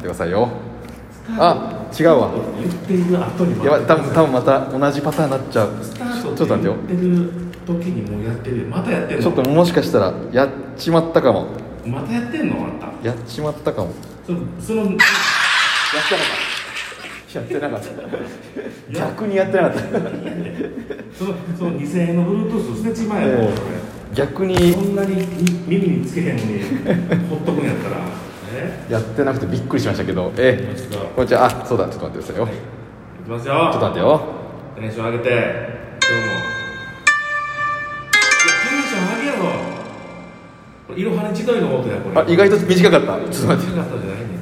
くださいよ。あ、違うわ。 言っている後にやばい、多分また同じパターンになっちゃう。 スタートちょっと待ってよ。 言ってる時にもうやってる。またやってんの。 ちょっともしかしたらやっちまったかも。 またやってんの。あんたやっちまったかも。 そのやってなかった。逆にやってなかった。 その2000円の Bluetooth 捨てちまえよ、 逆にそんなに耳につけへんのにほっとくんやったらやってなくてびっくりしましたけど、こんにちは。あ、そうだ、ちょっと待ってくださいよ。 いきますよ。 ちょっと待ってよ。 テンション上げて、どうも。いや、テンション上げやろ。これいろはに千鳥の音や、これ。 あ、意外と短かった。ちょっと待って。 短かったじゃないね。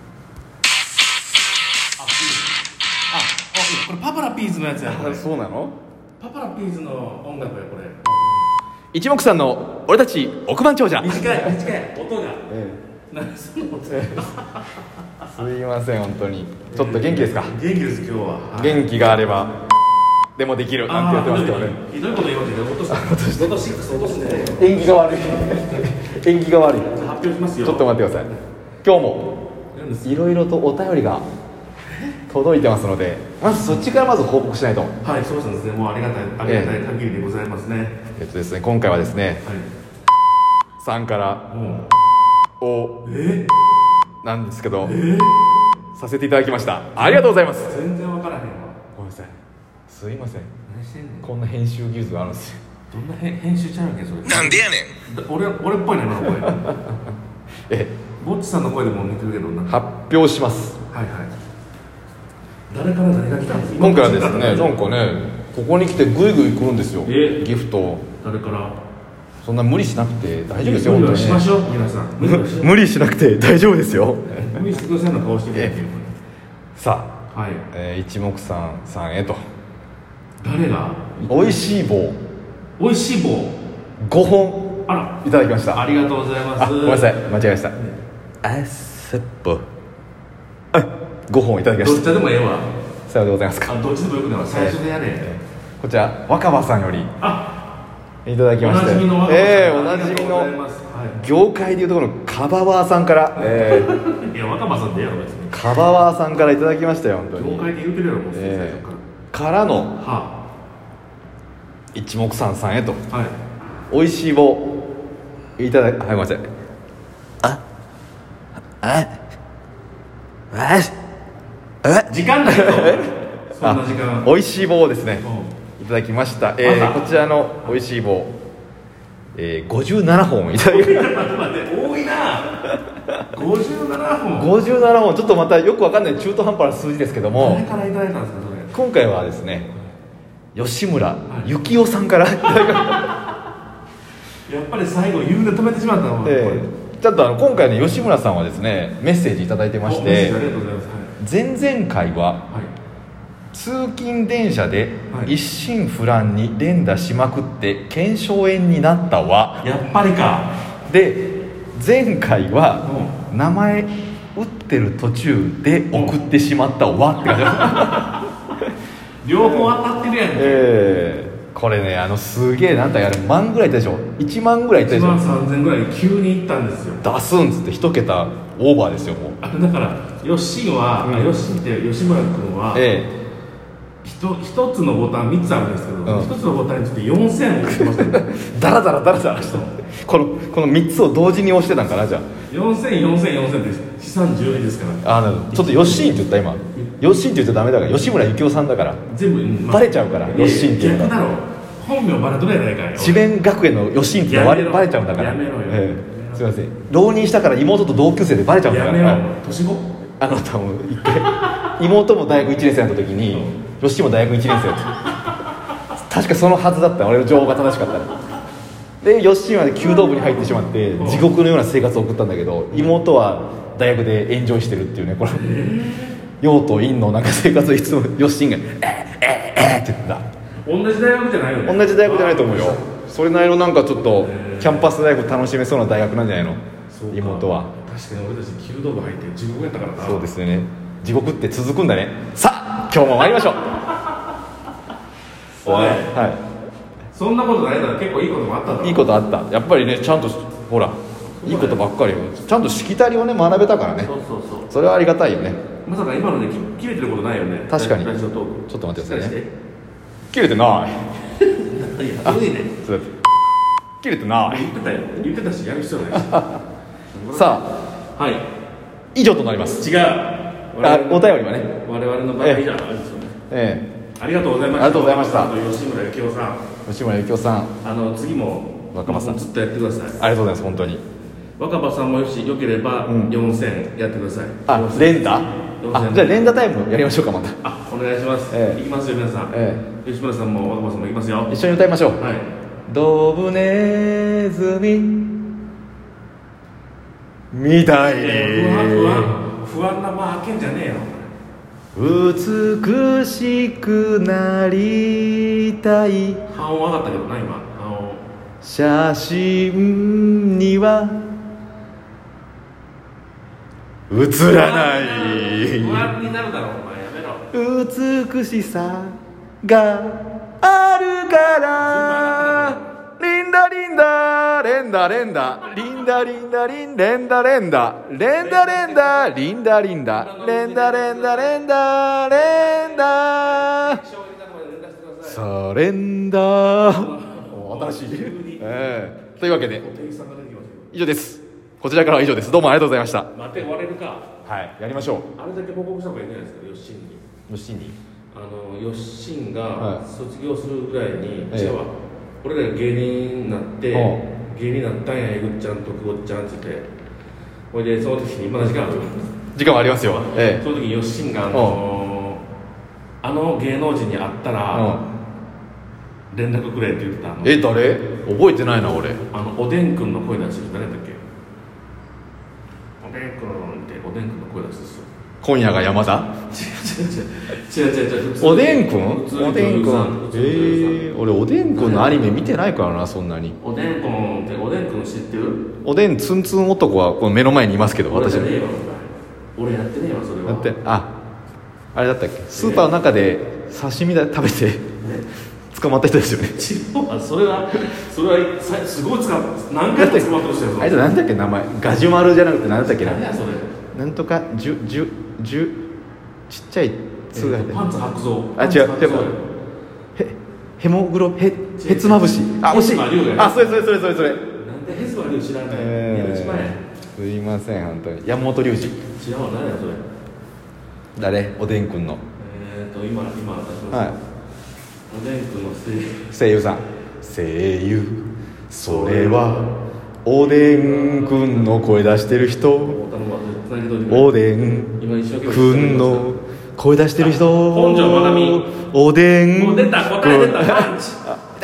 これパパラピーズのやつや。これそうなの？ パパラピーズの音楽や、これ。 一目散の俺たち億万長者。 短い音が。何その音。すいません、本当にちょっと元気ですか？ 元気です、今日は。 元気があればでもできるなんてやってますけどね。 ひどいこと言われて落とすね。 縁起が悪い。縁起が悪い。 発表しますよ。 ちょっと待ってください。今日もいろいろとお便りが届いてますので、まずそっちからまず報告しないと。 はい、そうですね。もうありがたい限りでございますね。 ですね、今回はですね、 はい、 さんからおなんですけど、させていただきました。ありがとうございます。 全然わからへんわ。 ごめんなさい。すいません。 何してんねん。 こんな編集技術があるんですよ。 どんな編集ちゃうやんけ、それ。 なんでやねん。 俺っぽいね、今の声。ぼっちさんの声でも似てるけどな。 発表します。 はいはい。誰から何が来たんですか。 今回はですね、なんかね、ここに来てグイグイ来るんですよ。ギフト。 誰から。 そんな無理しなくて大丈夫ですよ。 無理はしましょう、皆さん。 無理しなくて大丈夫ですよ。 無理してくださいの顔してくれっていう。 さあ、 はい、 一目散さんへと。 誰が。 おいしい棒。 おいしい棒。 5本。 あら、 いただきました。 ありがとうございます。 ごめんなさい、間違えました。あせっぽ。5本いただきました。 どっちでもええわ。 さようでございますか。 どっちでもよくないわ。最初でやれ。 こちら若葉さんよりいただきまして、 おなじみの若葉さん、 おなじみのはい、 業界でいうところのカバワーさんから、 いや若葉さんでやろ別に。 カバワーさんからいただきましたよ、本当に。 業界で言うてるやろ、もう最初からの一目散さんへと、おいしい棒いただき、はい、ごめんなさい。 時間ないぞ。そんな時間。 おいしい棒をですね、いただきました。こちらのおいしい棒、57本いただきました。 待って多いな。57本。 57本、ちょっとまたよくわかんない中途半端な数字ですけども、 誰からいただいたんですか、それ。 今回はですね、吉村幸雄さんからいただきました。 やっぱり最後言うで止めてしまったの。 ちょっと今回ね、吉村さんはですね、メッセージいただいてまして、前々回は、通勤電車で一心不乱に連打しまくって腱鞘炎になったわ。 やっぱりか。 で、前回は名前打ってる途中で送ってしまったわって感じ。 両方当たってるやん。 これね、すげえ、なんだか万ぐらいいったでしょ。1万ぐらいいったでしょ。 1万3000ぐらい急にいったんですよ。 出すんつって1桁オーバーですよ、もう。 だからヨッシンは、ヨッシンって吉村君は、一つのボタン3つあるんですけど、1つのボタンについて4000押してましたね。 ダラダラしてこの3つを同時に押してたんかな。じゃあ 4000って資産12ですから。 なるほど。ちょっとヨッシンって言った今。ヨッシンって言っちゃダメだから、吉村幸雄さんだから全部、バレちゃうから、ヨッシンっていうの逆だろ。本名バレとるやないかい。 智弁学園のヨッシンってバレちゃうんだから。 やめろよ。 すいません、浪人したから妹と同級生でバレちゃうんだから。 やめろ。年子。 多分一回妹も大学1年生だった時に、ヨッシンも大学1年生だった。確かそのはずだった。俺の情報が正しかったら。でヨッシンは弓道部に入ってしまって地獄のような生活を送ったんだけど、妹は大学でエンジョイしてるっていうね、この陽と陰のなんか生活をいつもヨッシンがって言ってた。 同じ大学じゃないよね。 同じ大学じゃないと思うよ。それなりのなんかちょっとキャンパスライフ楽しめそうな大学なんじゃないの、妹は。 確かに俺たち弓道部入って地獄やったからな。 そうですよね、地獄って続くんだね。さあ今日も参りましょう。 おい、 はい、 そんなことないだろ。結構いいこともあったんだろ。 いいことあった。やっぱりね、ちゃんとほらいいことばっかりよ。ちゃんとしきたりをね学べたからね。 そうそれはありがたいよね。 まさか今ので切れてることないよね。 確かに。 ラジオトークちょっと待ってくださいね。 い切れてない。 やいいね。 そう切れてない。 言ってたしやる必要ないしさあ、 はい、 以上となります。 違う。 お便りはね、 我々の場合じゃないですよね。ありがとうございました。 ありがとうございました。 吉村幸雄さん。 吉村幸雄さん。 次も若葉さんずっとやってください。 ありがとうございます。本当に。 若葉さんもよしよければ4000やってください。 連打。じゃあ連打タイムやりましょうかまた。 お願いします。行きますよ皆さん。吉村さんも若葉さんも行きますよ。 一緒に歌いましょう。 はい。 ドブネズミみたいに不安な間開けんじゃねえよ。 美しくなりたい。 半音上がったけどな今。 写真には映らない不安になるだろお前やめろ。 美しさがあるからリンダリンダレンダレンダリンダリンダリンレンダレンダレンダレンダリンダリンダレンダレンダレンダレンダサレンダ新しいというわけで以上です。こちらからは以上です。どうもありがとうございました。 待って割れるか。 はいやりましょう。 あれだけ報告した方がいいんじゃないですか。ヨッシンにヨッシンが卒業するぐらいに、違うわ、俺らが芸人になって芸人になったんやえぐっちゃんとくぼっちゃんって言ってほいでその時にまだ時間ある。 時間はありますよ。 その時にヨッシンが芸能人に会ったら連絡くれって言ってた。 誰？覚えてないな俺。 おでんくんの声出してる誰だっけ。おでんくんっておでんくんの声出してる。 今夜が山田。 違うおでんくん。おでんくん。俺おでんくんのアニメ見てないからなそんなに。 おでんくんっておでんくん知ってる？ おでんツンツン男はこの目の前にいますけど私。 俺やってねえわそれは。 だってあれだったっけ？スーパーの中で刺身で食べて捕まった人ですよね。 それはすごい何回も捕まってましたよ。 あいつなんだっけ名前？ガジュマルじゃなくて何だったっけな。 何やそれ。 なんとかちっちゃいパンツ白造。 違うヘモグロヘツマブシ。惜しい。それなんでヘズマリュウ知らんねん。 すいません本当に。山本龍二。 違うわ何やそれ。 誰？おでんくんの今出します。はい。おでんくんの声優さん。声優それはおでんくんの声出してる人。おでんくんの声出してる人。 本庄まなみ。 おでんもう出た答え出たパンチ。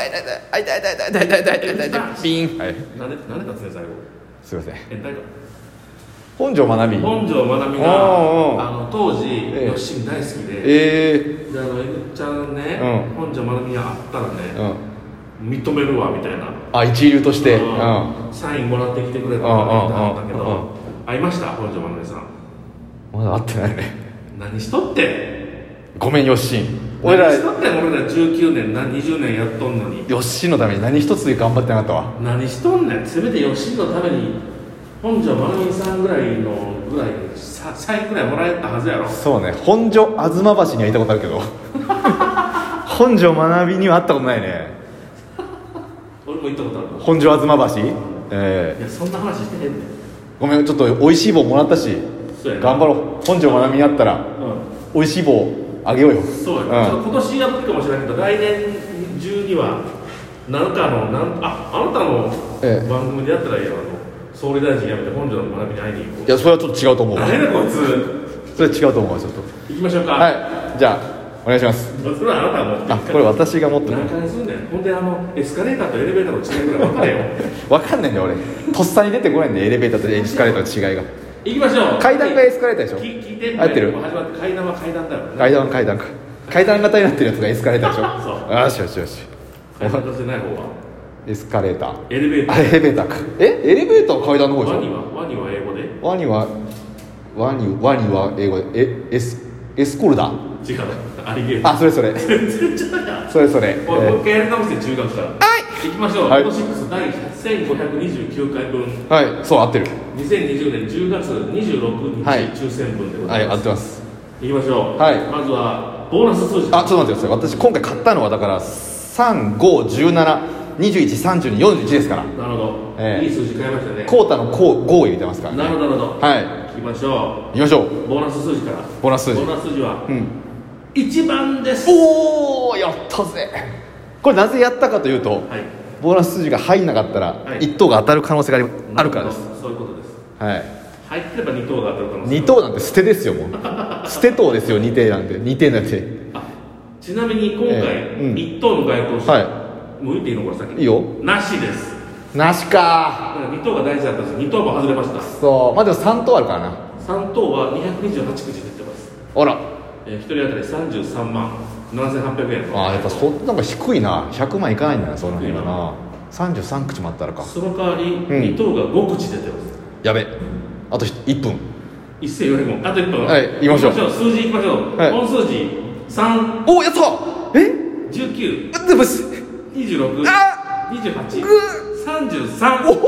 痛いピン。はい。 なんで立つね最後。 すいません。 誰か。 本庄まなみが当時ヨッシン大好きで、えぐっちゃんね、本庄まなみに会ったらね、認めるわみたいな。 一流としてサインもらってきてくれたんだけど、会いました本庄まなみさん。 まだ会ってないね。 何しとってごめんヨッシン。 俺ら19年20年やっとんのにヨッシンのために何一つ頑張ってなかったわ。 何しとんねん。せめてヨッシンのために本庄まなみさんぐらいサインぐらいもらえたはずやろ。 そうね。本庄吾妻橋には行ったことあるけど本庄まなみには会ったことないね。 俺も行ったことある。 本庄吾妻橋、いやそんな話してへんねん。 ごめんちょっと美味しい棒もらったし頑張ろう。本庄まなみに会ったら、美味しい棒あげようよ。 そうや、今年やってるかもしれないけど来年中には何かのあなたの番組でやったらいいよ。総理大臣辞めて本庄の学びに会いに行こう。 いやそれはちょっと違うと思う。 何だこいつ。 それ違うと思うわ。ちょっと行きましょうか。 はいじゃあお願いします。 それはあなたが持ってこれ私が持ってる。 何回すんねん。ほんでエスカレーターとエレベーターの違いぐらい分かれよ。 分かんないんだよ俺。とっさに出てこないんだよエレベーターとエスカレーターの違いが。 行きましょう。 階段がエスカレーターでしょ。 聞いて合ってる。 始まって階段は階段だよね。 階段は階段か。階段型になってるやつがエスカレーターでしょ。 そうよしよしよし。 階段型じゃない方はエスカレーター。 エレベーター。 エレベーターか。エレベーターは階段の方でしょ。 ワニは英語で。 ワニは英語でエスコルダ。 違う。アリゲーター。 それ。 全然違うやん。 それ。 もう一回やり直して中学から。 はい。 いきましょう。 はい、 ロト6第1529回分。 はい、そう合ってる。 2020年10月26日、抽選分でございます。 はい、合ってます。 いきましょう。 はい、 まずはボーナス数字。 あ、ちょっと待ってください。私今回買ったのはだから3517213241ですから。 なるほど、いい数字買いましたね。 コータの5を入れてますからね。 なるほどなるほど。 はい、 いきましょう。 いきましょう。 ボーナス数字から。 ボーナス数字は、1番です。 おお、やったぜ。これなぜやったかというと、ボーナス数字が入んなかったら1等が当たる可能性があるからです。 そういうことです。 はい、 入ってれば2等が当たる可能性。 2等なんて捨てですよ。もう捨て等ですよ。2等なんて2等なんて。 ちなみに今回、1等の該当者、もう言っていいのこれ先に。 いいよ。 なしです。 なしか。 2等が大事だったんです。2等も外れました。 そう、まあでも3等あるからな。 3等は228口出てます。 あら、 1人当たり33万7800円。 ああ、やっぱなんか低いな。100万いかないんだな、その辺がな。33口もあったらか。 その代わり、2等が5口出てます。 やべ、あと1分。 一斉よりもあと1分。 はい、行きましょう。 数字いきましょう。本数字3。 お、やった。 19。 でも 26。28。33。40。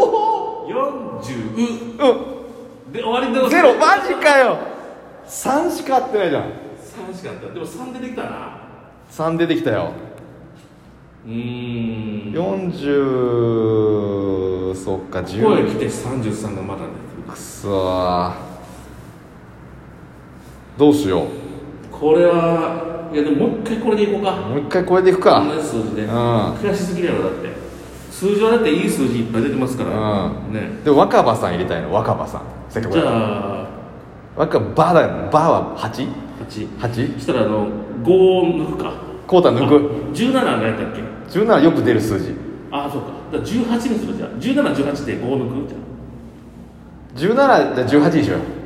で終わりでございます。 ゼロ、マジかよ。3しか合ってないじゃん。 3しか合ってない。でも3出てきたな。 3出てきたよ。40、そっか、10。 ここへ来て33がまだね。 くそー、どうしよう。 これはいやでももう一回これでいこうか。 もう一回これでいくか。 同じ数字で、悔しすぎるやろ。だって数字はだっていい数字いっぱい出てますから、ね。 でも若葉さん入れたいの。若葉さんじゃあ若葉バだよ。バは 8？ 8したら5を抜くか。 コータ抜く。 17何やったっけ。 17よく出る数字。 ああそうか。だから18にする。じゃあ17、18で5を抜く。じゃあ 17じゃあ18にしようよ。